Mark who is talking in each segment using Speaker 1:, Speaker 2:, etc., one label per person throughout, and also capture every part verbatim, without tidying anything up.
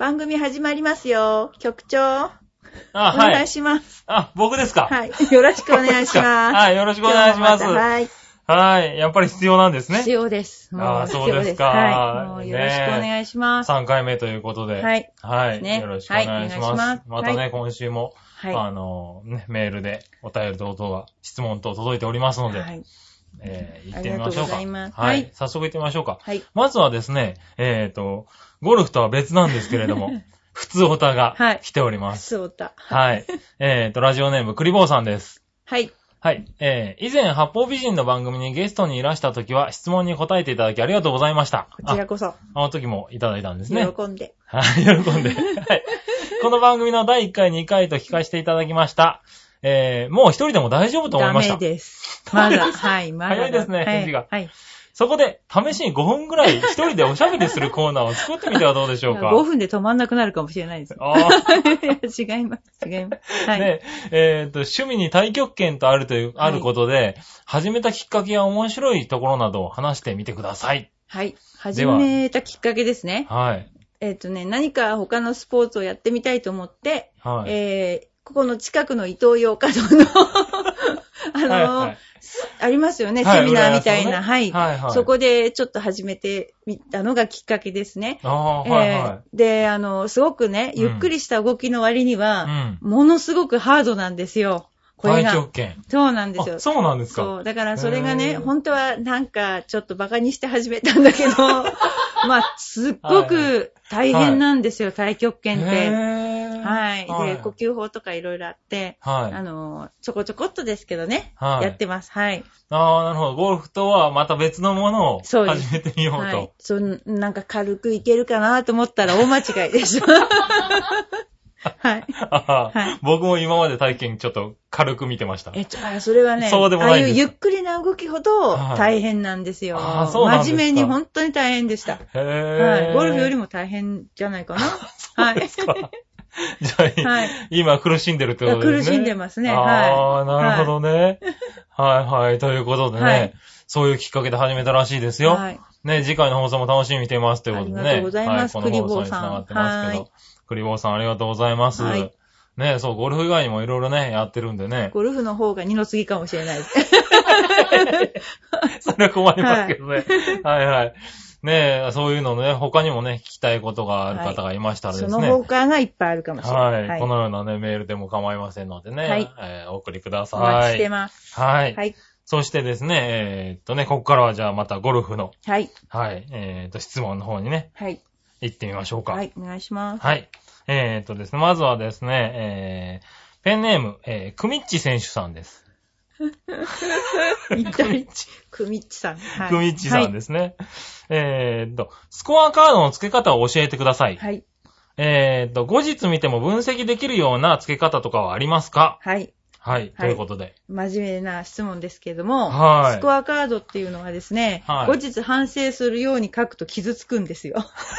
Speaker 1: 番組始まりますよ。局長。
Speaker 2: あ、
Speaker 1: お
Speaker 2: はい。
Speaker 1: 願いします。
Speaker 2: あ、僕ですか。
Speaker 1: はい。よろしくお願いします。
Speaker 2: はい、よろしくお願いします。
Speaker 1: 今日もまたはい。
Speaker 2: はい。やっぱり必要なんですね。
Speaker 1: 必要です。もう
Speaker 2: ああ、そうですか。
Speaker 1: はい。もうよろしくお願いします。
Speaker 2: さんかいめということで。
Speaker 1: はい。
Speaker 2: はい。
Speaker 1: ね、
Speaker 2: よろしくお願いします。はい、お願いしますまたね、はい、今週も、はい、あの、ね、メールでお便り等々が、質問等届いておりますので、はい。えー、行ってみましょうか。
Speaker 1: ありがとうございます。
Speaker 2: はい。はい、早速行ってみましょうか。
Speaker 1: はい。
Speaker 2: まずはですね、えっと、ゴルフとは別なんですけれども、普通オタが来ております。
Speaker 1: はい、普通オタ。
Speaker 2: はい。えっと、ラジオネーム、クリボーさんです。
Speaker 1: はい。
Speaker 2: はい。えー、以前、八方美人の番組にゲストにいらした時は、質問に答えていただきありがとうございました。
Speaker 1: こちらこそ。
Speaker 2: あ, あの時もいただいたんですね。
Speaker 1: 喜んで。
Speaker 2: はい、喜んで。はい。この番組のだいいっかい、にかいと聞かせていただきました。えー、もう一人でも大丈夫と思いました。
Speaker 1: ダメです。まだ、はい、まだ。
Speaker 2: 早いですね、返事が。
Speaker 1: はい。
Speaker 2: そこで、試しにごふんぐらい一人でおしゃべりするコーナーを作ってみてはどうでしょうか。
Speaker 1: ごふんで止まんなくなるかもしれないです。
Speaker 2: ああ。
Speaker 1: 違います。違います。はい。
Speaker 2: ねえ、えっと、趣味に太極拳とあるという、はい、あることで、始めたきっかけや面白いところなどを話してみてください。
Speaker 1: はい。始めたきっかけですね。
Speaker 2: はい。
Speaker 1: えっとね、何か他のスポーツをやってみたいと思って、はい。えー、ここの近くのイトーヨーカドーの、あのー、はいはい、ありますよね、はい、セミナーみたいな、ね、はい、はいはい。そこでちょっと始めてみたのがきっかけですね。
Speaker 2: あえーはいはい、
Speaker 1: で、あの、すごくね、ゆっくりした動きの割には、うん、ものすごくハードなんですよ。これが。
Speaker 2: 太極拳。
Speaker 1: そうなんですよ。
Speaker 2: そうなんですか。
Speaker 1: そう。だからそれがね、本当はなんかちょっとバカにして始めたんだけど、まあ、すっごく大変なんですよ、はい、太極拳って。はい。で、呼吸法とかいろいろあって、はい。あの、ちょこちょこっとですけどね、はい。やってます。はい。
Speaker 2: ああ、なるほど。ゴルフとはまた別のものを始めてみようと。はい。
Speaker 1: そう、なんか軽くいけるかなと思ったら大間違いでした。はい。
Speaker 2: はい。僕も今まで体験ちょっと軽く見てました。
Speaker 1: えっと、それはね、
Speaker 2: そうでもないんです。
Speaker 1: ああいうゆっくりな動きほど大変なんですよ。
Speaker 2: はい、あそうなんですか。
Speaker 1: 真面目に本当に大変でした。
Speaker 2: へー。
Speaker 1: はい。ゴルフよりも大変じゃないかな。
Speaker 2: そうですか。はい。じゃあ、はい、今苦しんでるってことですね。
Speaker 1: 苦しんでますね。はい。
Speaker 2: ああ、なるほどね。はい、はい、はい。ということでね、はい、そういうきっかけで始めたらしいですよ。はい。ね、次回の放送も楽しみに見てますということでね。ありがとうございます。はい、この放送につながってますけど。クリボーさんありがとうございます。はい。ね、そう、ゴルフ以外にもいろいろね、やってるんでね。
Speaker 1: ゴルフの方が二の次かもしれないです。
Speaker 2: それは困りますけどね。はい、はい、はい。ね、そういうのね、他にもね、聞きたいことがある方がいましたらですね。
Speaker 1: その他がいっぱいあるかもしれない。
Speaker 2: はい。はい、このようなね、メールでも構いませんのでね。はい。えー、お送りください。
Speaker 1: お待ちしてます。
Speaker 2: はい。はい。そしてですね、えー、っとね、ここからはじゃあまたゴルフの。
Speaker 1: はい。
Speaker 2: はい。えー、っと、質問の方にね。
Speaker 1: はい。
Speaker 2: 行ってみましょうか。
Speaker 1: はい、お願いします。
Speaker 2: はい。えー、っとですね、まずはですね、えー、ペンネーム、えー、クミッチ選手さんです。
Speaker 1: クミッチ。クミッチさん。
Speaker 2: はい、クミッチさんですね。はい、えー、っと、スコアカードの付け方を教えてください。
Speaker 1: はい。
Speaker 2: えー、っと、後日見ても分析できるような付け方とかはありますか？
Speaker 1: はい。
Speaker 2: はい。ということで。
Speaker 1: 真面目な質問ですけれども、
Speaker 2: はい。
Speaker 1: スコアカードっていうのはですね、はい、後日反省するように書くと傷つくんですよ。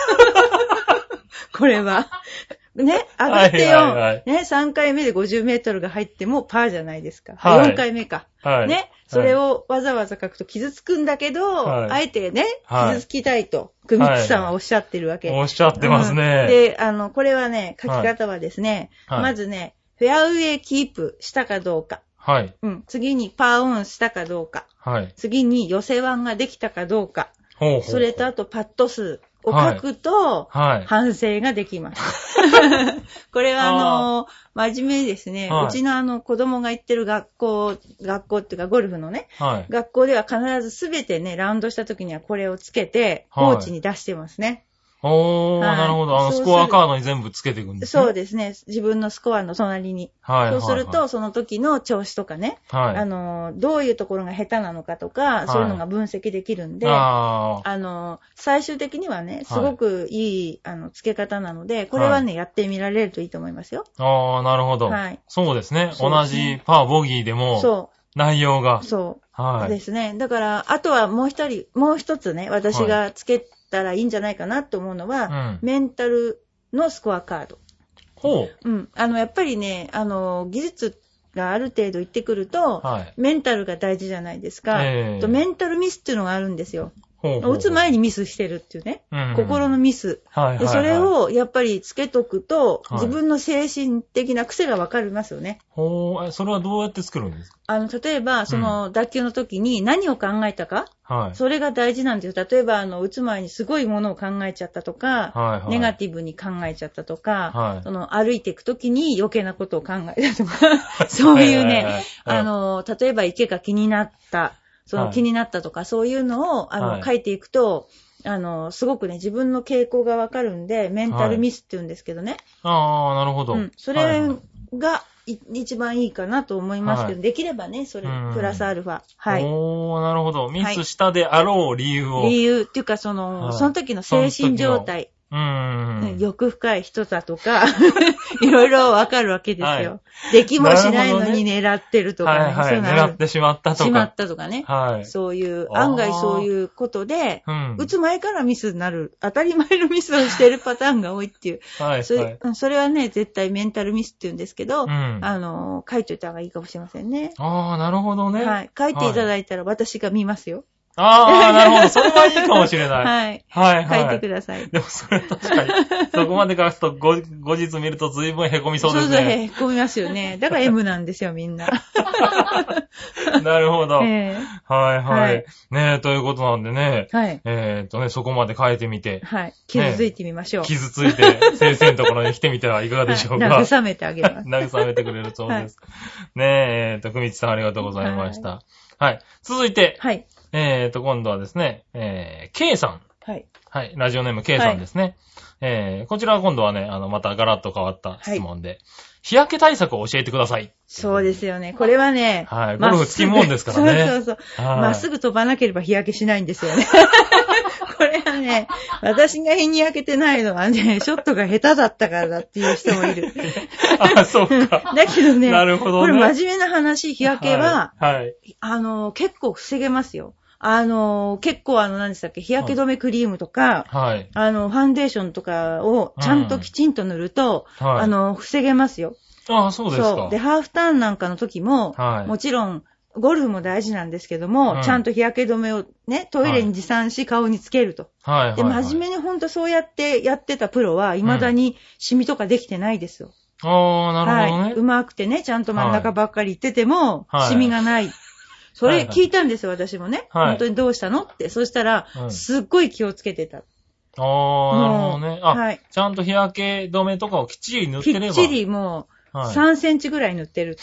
Speaker 1: これは。ね、上がってよ、はいはいはい、ね、さんかいめでごじゅうメートルが入ってもパーじゃないですか。はい、よんかいめか。はい、ね、それをわざわざ書くと傷つくんだけど、はい、あえてね、傷つきたいと、クミッチさんはおっしゃってるわけ。
Speaker 2: はい、おっしゃってますね、
Speaker 1: うん。で、あの、これはね、書き方はですね、はい、まずね、フェアウェイキープしたかどうか。
Speaker 2: はい。
Speaker 1: うん。次にパーオンしたかどうか。はい。次に寄せワンができたかどうか。ほうほうほう。それとあとパット数を書くと、はい。反省ができます。はい、これはあのー、真面目ですね、はい。うちのあの子供が行ってる学校、学校っていうかゴルフのね、はい。学校では必ずすべてね、ラウンドした時にはこれをつけて、コーチに出してますね。
Speaker 2: おー、はい、なるほど。あの、スコアカードに全部つけていくんですね。
Speaker 1: そうですね。自分のスコアの隣に。はい。そうすると、はいはい、その時の調子とかね。はい。あの、どういうところが下手なのかとか、はい、そういうのが分析できるんで、ああの、最終的にはね、すごくいい、はい、あの、付け方なので、これはね、はい、やってみられるといいと思いますよ。
Speaker 2: ああ、なるほど。はい。そうですね。同じパーボギーでも、そう。内容が。
Speaker 1: そう。はい。ですね。だから、あとはもう一人、もう一つね、私が付けたらいいんじゃないかなと思うのは、うん、メンタルのスコアカード。
Speaker 2: ほう。
Speaker 1: うん。あの、やっぱりね、あの、技術がある程度いってくると、はい、メンタルが大事じゃないですか。えー、とメンタルミスっていうのがあるんですよ。
Speaker 2: ほうほうほう。
Speaker 1: 打つ前にミスしてるっていうね。うんうん、心のミス、
Speaker 2: はいはいはい。
Speaker 1: で。それをやっぱりつけとくと、はい、自分の精神的な癖がわかりますよね。
Speaker 2: ほう、それはどうやって作るんですか？
Speaker 1: あの、例えば、その、脱臼の時に何を考えたか、
Speaker 2: はい。
Speaker 1: それが大事なんですよ。例えば、あの、打つ前にすごいものを考えちゃったとか、はいはい、ネガティブに考えちゃったとか、はい、その、歩いていく時に余計なことを考えたとか、そういうね、はいはいはい、あの、例えば池が気になった、その気になったとか、はい、そういうのを、あの、はい、書いていくと、あの、すごくね、自分の傾向がわかるんで、メンタルミスって言うんですけどね。
Speaker 2: はい、ああ、なるほど。うん。
Speaker 1: それが、一番いいかなと思いますけど、はい、できればね、それ、プラスアルファ。はい。
Speaker 2: おー、なるほど。ミスしたであろう理由を。
Speaker 1: 理由っていうか、その、はい、その時の精神状態。
Speaker 2: うん。
Speaker 1: 欲深い人だとか、いろいろわかるわけですよ。はい、できもしないのに狙ってるとかね。
Speaker 2: はいはい、狙ってしまったとか。
Speaker 1: しまったとかね。
Speaker 2: はい。
Speaker 1: そういう、案外そういうことで、うん、打つ前からミスになる、当たり前のミスをしてるパターンが多いっていう。はい、それ、はい。それはね、絶対メンタルミスって言うんですけど、うん、あの、書いといた方がいいかもしれませんね。
Speaker 2: ああ、なるほどね。
Speaker 1: はい。書いていただいたら私が見ますよ。
Speaker 2: ああ、なるほど。それはいいかもしれない。
Speaker 1: はい。
Speaker 2: はいはい。
Speaker 1: 書いてください。
Speaker 2: でもそれ確かに、そこまで書くと後、後日見ると随分凹みそうですね。
Speaker 1: そうそう、凹みますよね。だから エム なんですよ、みんな。
Speaker 2: なるほど。
Speaker 1: え
Speaker 2: ー、はいはい。はい、ねえ、ということなんでね。
Speaker 1: はい。
Speaker 2: えっとね、そこまで書いてみて。
Speaker 1: はい。傷ついてみましょう。
Speaker 2: ね、傷ついて、先生のところに来てみてはいかがでしょうか。
Speaker 1: はい、慰めてあげます。
Speaker 2: 慰めてくれるそうです。はい、ねえ、えっと、くみちさんありがとうございました。はい。はい、続いて。
Speaker 1: はい。
Speaker 2: えーと、今度はですね、えー、K さん。
Speaker 1: はい。
Speaker 2: はい。ラジオネーム K さんですね。はい、えー、こちらは今度はね、あの、またガラッと変わった質問で、はい、日焼け対策を教えてください。
Speaker 1: そうですよね。これはね、
Speaker 2: はい。ゴルフつきもんですからね。
Speaker 1: そうそうそう。まっすぐ飛ばなければ日焼けしないんですよね。これはね、私が日に焼けてないのはね、ショットが下手だったからだっていう人もいる。
Speaker 2: あ、そうか。
Speaker 1: だけどね、
Speaker 2: なるほどね。
Speaker 1: これ真面目な話、日焼けは、
Speaker 2: はいはい、
Speaker 1: あの、結構防げますよ。あの、結構あの、何でしたっけ、日焼け止めクリームとか、
Speaker 2: はい、
Speaker 1: あの、ファンデーションとかをちゃんときちんと塗ると、うんはい、あの、防げますよ。
Speaker 2: ああ、そうですか。
Speaker 1: そう。で、ハーフターンなんかの時も、はい、もちろん、ゴルフも大事なんですけども、うん、ちゃんと日焼け止めをね、トイレに持参し、はい、顔につけると。
Speaker 2: はい。
Speaker 1: で、真面目にほんとそうやってやってたプロは、未だにシミとかできてないですよ。
Speaker 2: うん、ああ、なるほどね。
Speaker 1: はい。うまくてね、ちゃんと真ん中ばっかり行ってても、はい、シミがない。それ聞いたんですよ、私もね。はい、本当にどうしたのって。そしたら、うん、すっごい気をつけてた。
Speaker 2: ああ、なるほどね。あ、はい。ちゃんと日焼け止めとかをきっちり塗ってれば。
Speaker 1: きっちりもう、はい、さんセンチぐらい塗ってる。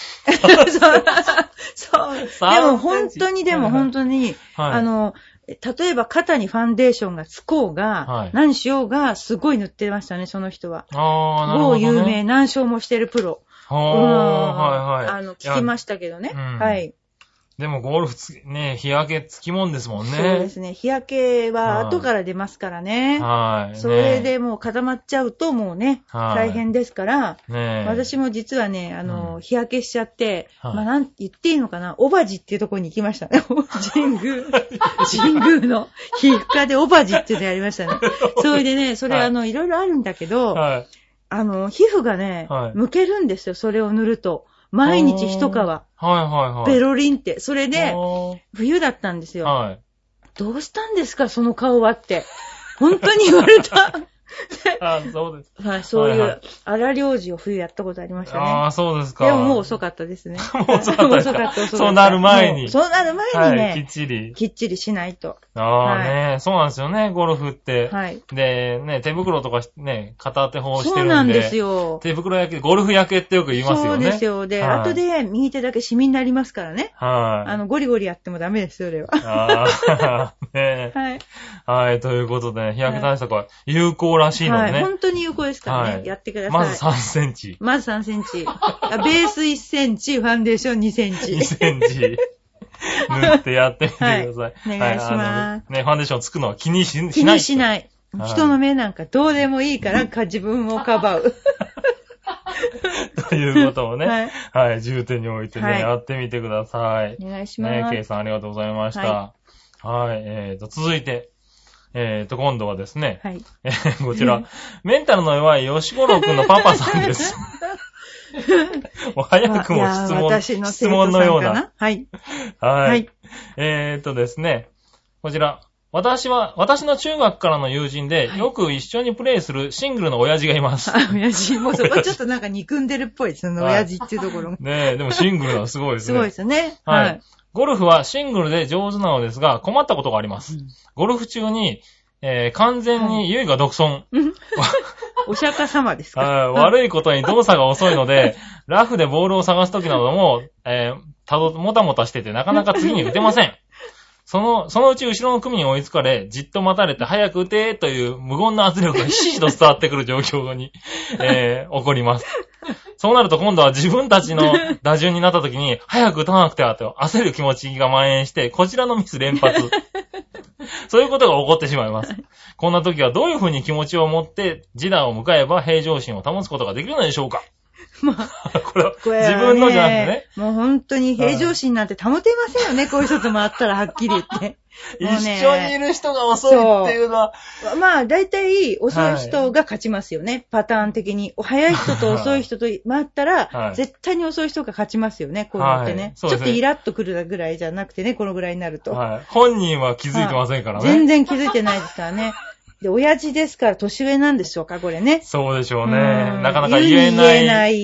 Speaker 1: そう。でも本当に、でも本当に、はい、あの、例えば肩にファンデーションがつこうが、はい、何しようが、すごい塗ってましたね、その人は。
Speaker 2: ああ、なるほど、ね。
Speaker 1: 某有名、何勝もしてるプロ。
Speaker 2: ああ、はいはい。
Speaker 1: あの、聞きましたけどね。うん、はい。
Speaker 2: でもゴルフつ、ね、日焼けつきもんですもんね。
Speaker 1: そうですね。日焼けは後から出ますからね。
Speaker 2: はい。
Speaker 1: それでもう固まっちゃうともうね、はい、大変ですから、ね、私も実はね、あの、うん、日焼けしちゃって、はい、まあ、なんて言っていいのかな、オバジっていうところに行きましたね。神宮、神宮の皮膚科でオバジっていうのやりましたね。それでね、それ、はい、あの、いろいろあるんだけど、はい、あの、皮膚がね、はい、剥けるんですよ、それを塗ると。毎日一皮。はい
Speaker 2: はいはい。
Speaker 1: ベロリンって。それで、冬だったんですよ。はい。どうしたんですか、その顔はって。本当に言われた。
Speaker 2: あ、そうです。
Speaker 1: はい、そういう、荒療治を冬やったことありましたね。
Speaker 2: ああ、そうですか。
Speaker 1: でももう遅かったですね。
Speaker 2: もう遅かったですか。遅かった、遅かった。そうなる前に。
Speaker 1: そうなる前にね、
Speaker 2: はい、きっちり。
Speaker 1: きっちりしないと。
Speaker 2: ああね、はい、そうなんですよね、ゴルフって。はい。で、ね、手袋とかね、片手法してるんで。
Speaker 1: そうなんですよ。
Speaker 2: 手袋焼け、ゴルフ焼けってよく言いますよね。
Speaker 1: そうですよ。で、はい、後で右手だけシミになりますからね。はい。あの、ゴリゴリやってもダメですよ、それは。あ
Speaker 2: あ、ねはい。はい、ということで、日焼け対策は有効らしいのでね。
Speaker 1: はい、本当に有効ですからね。はい、やってください。
Speaker 2: まずさんセンチ。
Speaker 1: まずさんセンチ。ベースいっセンチ、ファンデーションにセンチ。
Speaker 2: にセンチ。塗ってやってみてください。はい、
Speaker 1: お願いします。
Speaker 2: ね、ファンデーションつくのは気にしない。
Speaker 1: 気にしない。はい、人の目なんかどうでもいいからか自分をかばう。
Speaker 2: ということをね、はい、はい、重点に置いてね、はい、やってみてください。
Speaker 1: お願いします。
Speaker 2: ね、ケイさんありがとうございました。はい、はい、えーと、続いて、えーと、今度はですね、はい、えー、こちら、メンタルの弱い吉五郎くんのパパさんです。もう早くも質問、の質問のような。
Speaker 1: はい。
Speaker 2: はい。はい。えーとですね、こちら、 私は、私の中学からの友人で、よく一緒にプレイするシングルの親父がいます。
Speaker 1: あ、親父。もうそこちょっとなんか憎んでるっぽいですね、親父っていうところも。
Speaker 2: ねえ、でもシングルはすごいですね。
Speaker 1: すごいですよね。
Speaker 2: はい。はい、ゴルフはシングルで上手なのですが、困ったことがあります。うん、ゴルフ中に、えー、完全にゆいが独尊。はい、
Speaker 1: お釈迦様ですか？
Speaker 2: 悪いことに動作が遅いので、ラフでボールを探すときなども、えー、たど、もたもたしててなかなか次に打てません。その、そのうち後ろの組に追いつかれ、じっと待たれて早く打てという無言の圧力がひしひしと伝わってくる状況に、えー、起こります。そうなると今度は自分たちの打順になった時に、早く打たなくてはと焦る気持ちが蔓延して、こちらのミス連発。そういうことが起こってしまいます。こんな時はどういうふうに気持ちを持って示談を迎えば平常心を保つことができるのでしょうか？まあ、これは自分のじゃなくてね。
Speaker 1: もう本当に平常心なんて保てませんよね、こういう人と回ったらはっきり言って。
Speaker 2: 一緒にいる人が遅いっていうのは。
Speaker 1: まあ、だいたい遅い人が勝ちますよね、はい、パターン的に。早い人と遅い人と回ったら、はい、絶対に遅い人が勝ちますよね、こうやってね。はい、ちょっとイラッとくるぐらいじゃなくてね、このぐらいになると。
Speaker 2: はい、本人は気づいてませんからね。
Speaker 1: 全然気づいてないですからね。で、親父ですから年上なんでしょうか、これね。
Speaker 2: そうでしょうね。なかなか言えない。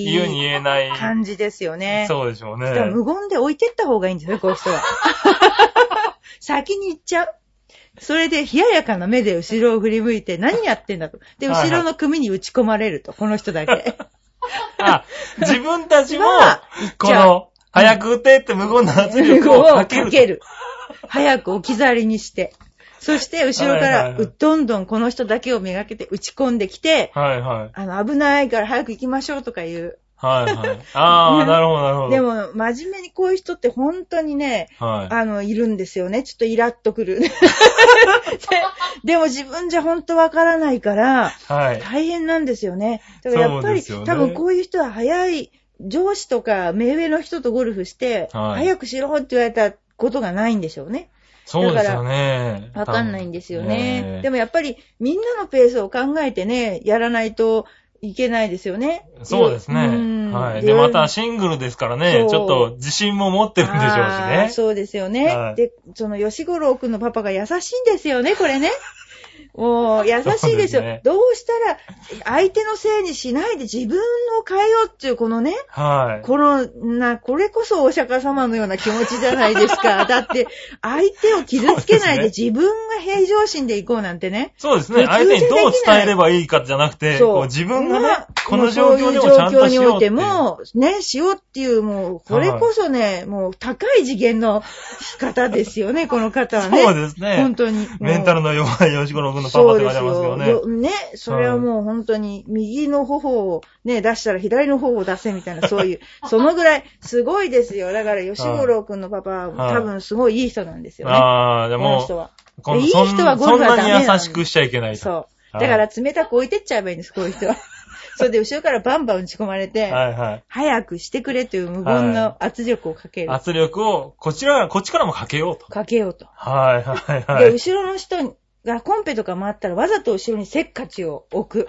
Speaker 2: 言うに言えない。
Speaker 1: 感じですよね。
Speaker 2: そうでしょうね。
Speaker 1: だから無言で置いてった方がいいんですよ、こういう人は。先に行っちゃう。それで冷ややかな目で後ろを振り向いて何やってんだと。で、後ろの組に打ち込まれると、この人だけ。
Speaker 2: あ、自分たちも、この、早く打てって無言の圧力をかける。かける。
Speaker 1: 早く置き去りにして。そして、後ろから、どんどんこの人だけをめがけて打ち込んできて、はいはい。あの、危ないから早く行きましょうとかいう。
Speaker 2: はいはい。ああ、なるほどなるほど。
Speaker 1: でも、真面目にこういう人って本当にね、はい、あの、いるんですよね。ちょっとイラッとくる。でも自分じゃ本当わからないから、はい、大変なんですよね。だからやっぱり、ね、多分こういう人は早い、上司とか目上の人とゴルフして、はい、早くしろって言われたことがないんでしょうね。
Speaker 2: そうですよね。
Speaker 1: わかんないんですよね。でもやっぱりみんなのペースを考えてね、やらないといけないですよね。
Speaker 2: そうですね。はい。で、またシングルですからね、ちょっと自信も持ってるんでしょうしね。
Speaker 1: そうですよね。はい、で、その吉五郎くんのパパが優しいんですよね、これね。もう、優しいですよ。ね、どうしたら、相手のせいにしないで自分を変えようっていう、このね。はい。この、な、これこそお釈迦様のような気持ちじゃないですか。だって、相手を傷つけないで自分が平常心でいこうなんてね。
Speaker 2: そうですね。相手にどう伝えればいいかじゃなくて、こう自分がね、この状況でもちゃんとしようっていう。状況においても、ね、しようっていう、もう、これこそね、はい、もう高い次元の方ですよね、この方はね。 そうですね。
Speaker 1: 本当に。
Speaker 2: メンタルの弱い吉五郎くんのパパって書いてありますけどね。
Speaker 1: そうですよ。ね、それはもう本当に、右の頬をね、出したら左の頬を出せみたいな、そういう、そのぐらい、すごいですよ。だから、吉五郎くんのパパは、多分すごいいい人なんですよね。
Speaker 2: ああ、でも、この人は。いい人はゴルフはダメなんそんなに優しくしちゃいけないと。
Speaker 1: そう。だから冷たく置いてっちゃえばいいんです、こういう人は。それで後ろからバンバン打ち込まれて、はいはい、早くしてくれという無言の圧力をかける。
Speaker 2: はい、圧力を、こちら、こっちからもかけようと。
Speaker 1: かけようと。
Speaker 2: はいはいはい。
Speaker 1: で、後ろの人がコンペとか回ったらわざと後ろにせっかちを置く。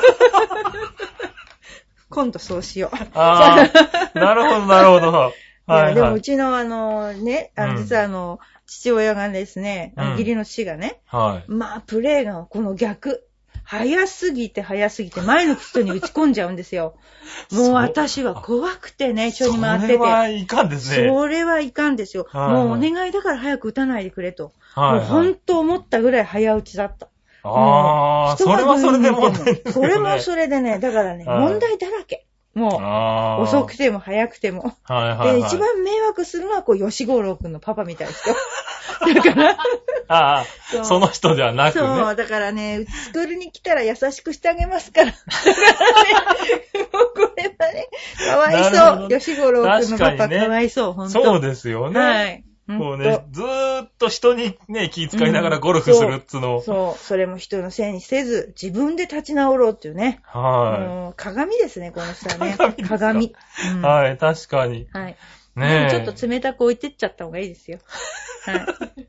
Speaker 1: 今度そうしよう。
Speaker 2: ああ、なるほどなるほど。はいはい、いや
Speaker 1: でもうちのあのね、あの実はあの、うん、父親がですね、あの義理の父がね、うんはい、まあプレーがこの逆。早すぎて早すぎて前の人に打ち込んじゃうんですよ。もう私は怖くてね、一緒に回ってて。そ
Speaker 2: れはいかんですね。
Speaker 1: それはいかんですよ。はいはい、もうお願いだから早く打たないでくれと。はいはい、もう本当思ったぐらい早打ちだった。
Speaker 2: ああ、それはそれで問題ですね。
Speaker 1: それもそれでね、だからね、はい、問題だらけ。もう、遅くても早くても。はいはいはい、で、一番迷惑するのは、こう、吉五郎くんのパパみたいな人。だから、
Speaker 2: ああそ、その人ではなくね。
Speaker 1: そう、だからね、スクールに来たら優しくしてあげますから。だからね、もうこれはね、かわいそう。吉五郎くんのパパ、ね、かわいそう、本当。
Speaker 2: そうですよね。はい。こうね、ずーっと人にね、気遣いながらゴルフするっつうの、うん、
Speaker 1: そう。そう。それも人のせいにせず、自分で立ち直ろうっていうね。はい。もう鏡ですね、この人はね。鏡。鏡。
Speaker 2: うん、はい、確かに。
Speaker 1: はい。ねえ。ちょっと冷たく置いてっちゃった方がいいですよ。はい。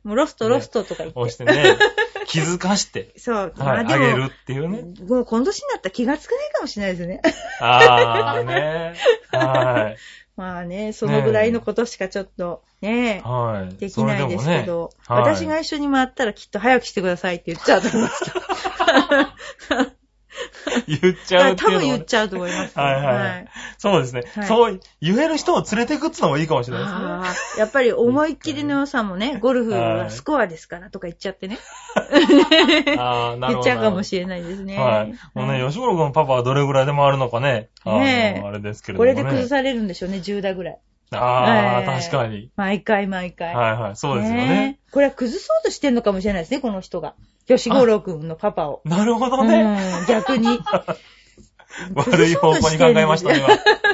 Speaker 1: もうロストロストとか言って。
Speaker 2: 押してね、気づかして。
Speaker 1: そう。
Speaker 2: はい、あげるっていうね。
Speaker 1: もう今年になったら気がつかないかもしれないですね。
Speaker 2: あーね。はい。
Speaker 1: まあね、そのぐらいのことしかちょっとね、はい、できないですけど、ねはい、私が一緒に回ったらきっと早くしてくださいって言っちゃうと思いますけど。
Speaker 2: 言っちゃうっていうのは、ね、多
Speaker 1: 分言っちゃうと思います、ね。
Speaker 2: はいはい。はい、そうですね、はい。そう言える人を連れてくってのもいいかもしれないですね。あ
Speaker 1: やっぱり思いっきりの良さもね、ゴルフはスコアですからとか言っちゃってね。あなるほど言っちゃうかもしれないですね。
Speaker 2: はい。もうね、吉五郎君のパパはどれぐらいで回るのかね。ねあれですけれどもね。
Speaker 1: これで崩されるんでしょうね、じゅう打ぐらい。
Speaker 2: ああ、えー、確かに。
Speaker 1: 毎回毎回。
Speaker 2: はいはい、そうですよね。
Speaker 1: ねこれは崩そうとしてんのかもしれないですね、この人が。吉五郎くんのパパを。
Speaker 2: なるほどね。
Speaker 1: うん、逆に。
Speaker 2: 悪い方向に考えましたね、今。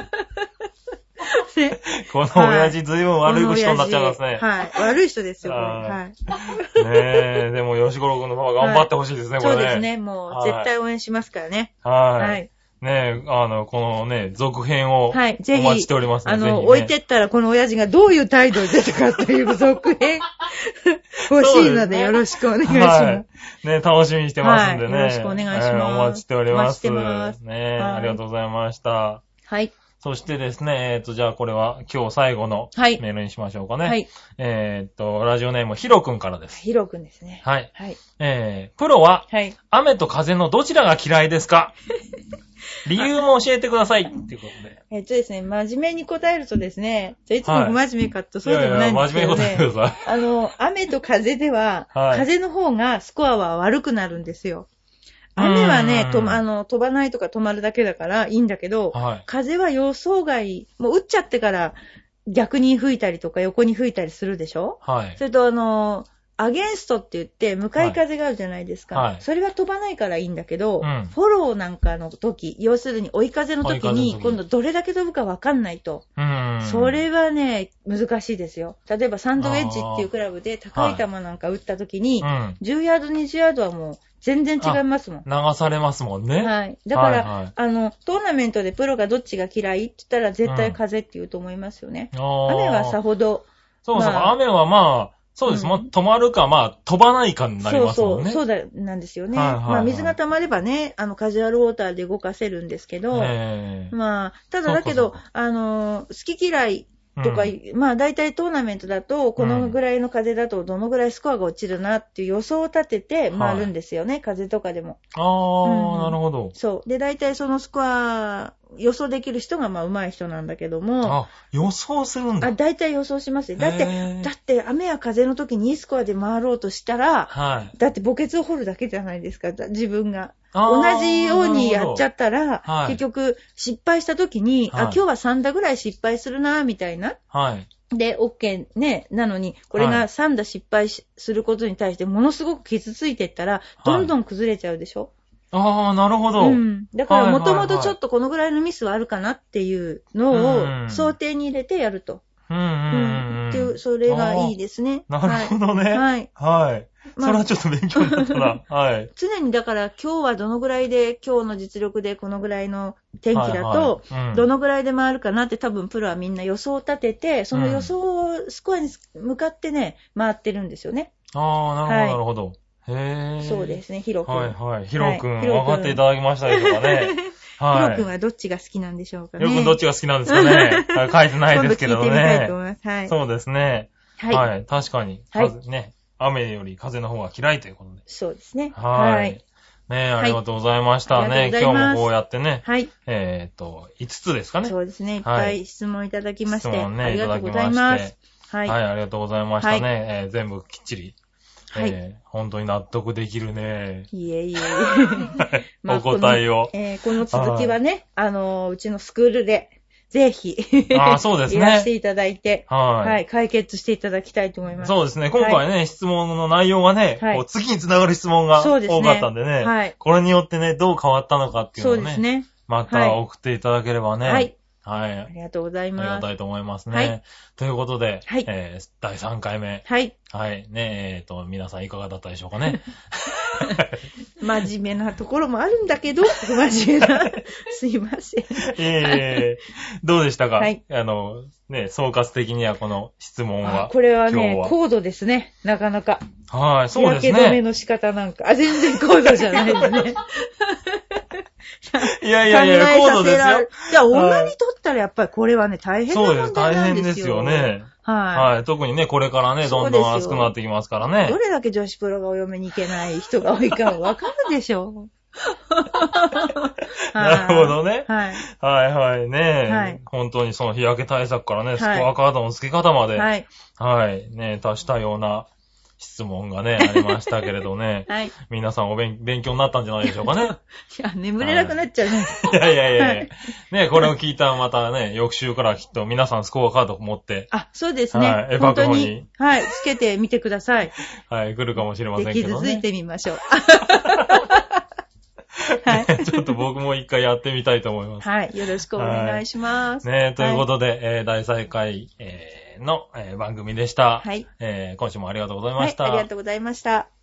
Speaker 2: ね、この親父ずいぶん悪い人になっちゃいますね。
Speaker 1: はい。悪い人ですよ、これ。はい。
Speaker 2: ねえ、でも吉五郎くんのパパ頑張ってほしいですね、はい、これね。
Speaker 1: そうですね、もう絶対応援しますからね。
Speaker 2: はい。はいねえ、あの、このね、続編をお待ちしております
Speaker 1: ね。はい、ぜひ、あの、ね、置いてったらこの親父がどういう態度で出たかという続編欲しいのでよろしくお願いします。はい、
Speaker 2: ね楽しみにしてますんでね。
Speaker 1: はい、よろしくお願いします。えー、
Speaker 2: お待ちしております。お待ち
Speaker 1: してます。
Speaker 2: ねありがとうございました。
Speaker 1: はい。
Speaker 2: そしてですね、えっ、ー、と、じゃあこれは今日最後のメールにしましょうかね。はい。えっ、ー、と、ラジオネーム、ヒロくんからです。
Speaker 1: ヒロくんですね。
Speaker 2: はい。はい。えー、プロは、はい、雨と風のどちらが嫌いですか理由も教えてくださいっていうことで。
Speaker 1: えっとですね、真面目に答えるとですね、じゃあいつも不真面目かとそうでもないんですけどね。いやいや真面目に答えてください。あの、雨と風では、はい、風の方がスコアは悪くなるんですよ。雨はね、と、あの、飛ばないとか止まるだけだからいいんだけど、はい、風は予想外、もう打っちゃってから逆に吹いたりとか横に吹いたりするでしょはい。それとあの、アゲンストって言って向かい風があるじゃないですか。はい。それは飛ばないからいいんだけど、うん、フォローなんかの時、要するに追い風の時に今度どれだけ飛ぶかわかんないと。うん。それはね、難しいですよ。例えばサンドウェッジっていうクラブで高い球なんか打った時に、はい、じゅうヤード、にじゅうヤードはもう全然違いますもん。
Speaker 2: 流されますもんね。
Speaker 1: はい。だから、はいはい、あの、トーナメントでプロがどっちが嫌いって言ったら絶対風って言うと思いますよね。うん、雨はさほど。
Speaker 2: そうそう、まあ、雨はまあ、そうです。も、うん、止まるか、まあ、飛ばないかになりますもんね。
Speaker 1: そうそう、そうだ、なんですよね。はいはいはい、まあ、水が溜まればね、あの、カジュアルウォーターで動かせるんですけど、まあ、ただだけど、あの、好き嫌いとか、うん、まあ、大体トーナメントだと、このぐらいの風だと、どのぐらいスコアが落ちるなっていう予想を立てて回るんですよね、はい、風とかでも。
Speaker 2: ああ、うん、なるほど。
Speaker 1: そう。で、大体そのスコア、予想できる人がまあ上手い人なんだけども。
Speaker 2: あ、予想するんだ。
Speaker 1: あ、大体予想しますよ。だって、だって雨や風の時にいいスコアで回ろうとしたら、はい、だって墓穴を掘るだけじゃないですか、自分が。同じようにやっちゃったら、はい、結局失敗した時に、はい、あ、今日はさん打ぐらい失敗するな、みたいな。はい。で、OK ね、なのに、これがさん打失敗することに対してものすごく傷ついていったら、どんどん崩れちゃうでしょ。
Speaker 2: ああ、なるほど。
Speaker 1: うん。だから、もともとちょっとこのぐらいのミスはあるかなっていうのを想定に入れてやると。うん。うん。っていう、それがいいですね。
Speaker 2: なるほどね。はい。はい。まあ、それはちょっと勉強になったな。はい。
Speaker 1: 常にだから今日はどのぐらいで、今日の実力でこのぐらいの天気だと、はいはいうん、どのぐらいで回るかなって多分プロはみんな予想を立てて、その予想をスコアに向かってね、回ってるんですよね。
Speaker 2: ああ、なるほど、なるほど。へ
Speaker 1: ぇー。そうですね、ヒロ君。
Speaker 2: はいはい。ヒロ君、はい、分かっていただきましたでしょうかね。
Speaker 1: はい。ヒロ君はどっちが好きなんでしょうかね。
Speaker 2: ヒロ君どっちが好きなんですかね。書いてないですけどね。今度聞いてみたいと思います。はい。そうですね。はい。はい、確かに。はい。ね。雨より風の方が嫌いということで。
Speaker 1: そうですね。
Speaker 2: はい。はい、ねえ、ありがとうございましたね。今日もこうやってね。はい。えっと、いつつですかね。
Speaker 1: そうですね。いっぱい質問いただきまして。質問ね、ありがとうございます。
Speaker 2: はい。はい、ありがとうございましたね。はい、えー、全部きっちり。はい、えー。本当に納得できるね。
Speaker 1: いえいえ。
Speaker 2: まあ、お答えを。
Speaker 1: この、えー、この続きはね、あのー、うちのスクールで、ぜひ、
Speaker 2: あ、そうですね。い
Speaker 1: らしていただいて、はい、はい、解決していただきたいと思います。
Speaker 2: そうですね。今回ね、はい、質問の内容がね、はい、こう次につながる質問が多かったんでね、はい、これによってね、どう変わったのかっていうのをね、そうですね。また送っていただければね、はい。はい。
Speaker 1: ありがとうございます。
Speaker 2: ありがたいと思いますね。はい、ということで、はい、えー、だいさんかいめ。はい。はい。ねえ、えっと、皆さんいかがだったでしょうかね。
Speaker 1: 真面目なところもあるんだけど、真面目な。すいません。
Speaker 2: ええー、どうでしたか、はい、あの、ね、総括的にはこの質問は。
Speaker 1: これはね、は高度ですね。なかなか。
Speaker 2: はい、そうですね。
Speaker 1: 日焼け止めの仕方なんか。あ、全然高度じゃないですね。
Speaker 2: いやいやいや、高度ですよ。
Speaker 1: じゃあ、女にとってったらやっぱりこれはね、大変な問題なんですよ。そうです、
Speaker 2: 大変ですよね。はい。はい。特にね、これからね、どんどん暑くなってきますからね。
Speaker 1: どれだけ女子プロがお嫁に行けない人が多いかわかるでしょ。
Speaker 2: なるほどね。
Speaker 1: はい。
Speaker 2: はいはいね。はい。本当にその日焼け対策からね、スコアカードの付け方まで。はい。はい。ね、足したような質問がね、ありましたけれどね。はい。皆さんお勉勉強になったんじゃないでしょうかね。
Speaker 1: いや、眠れなくなっちゃうね。
Speaker 2: いやいやいやいや。ね、これを聞いたまたね、翌週からきっと皆さんスコアカード持って。
Speaker 1: あ、そうですね。はい。エパクホに。はい。つけてみてください。
Speaker 2: はい。来るかもしれませんけどね。
Speaker 1: 傷ついてみましょう。
Speaker 2: はい。ちょっと僕も一回やってみたいと思います。
Speaker 1: はい。よろしくお願いします。
Speaker 2: はい、ね、ということで、はい、えー、大祭会、えー、の、えー、番組でした。はい。えー、今週もありがとうございました。
Speaker 1: はい。ありがとうございました。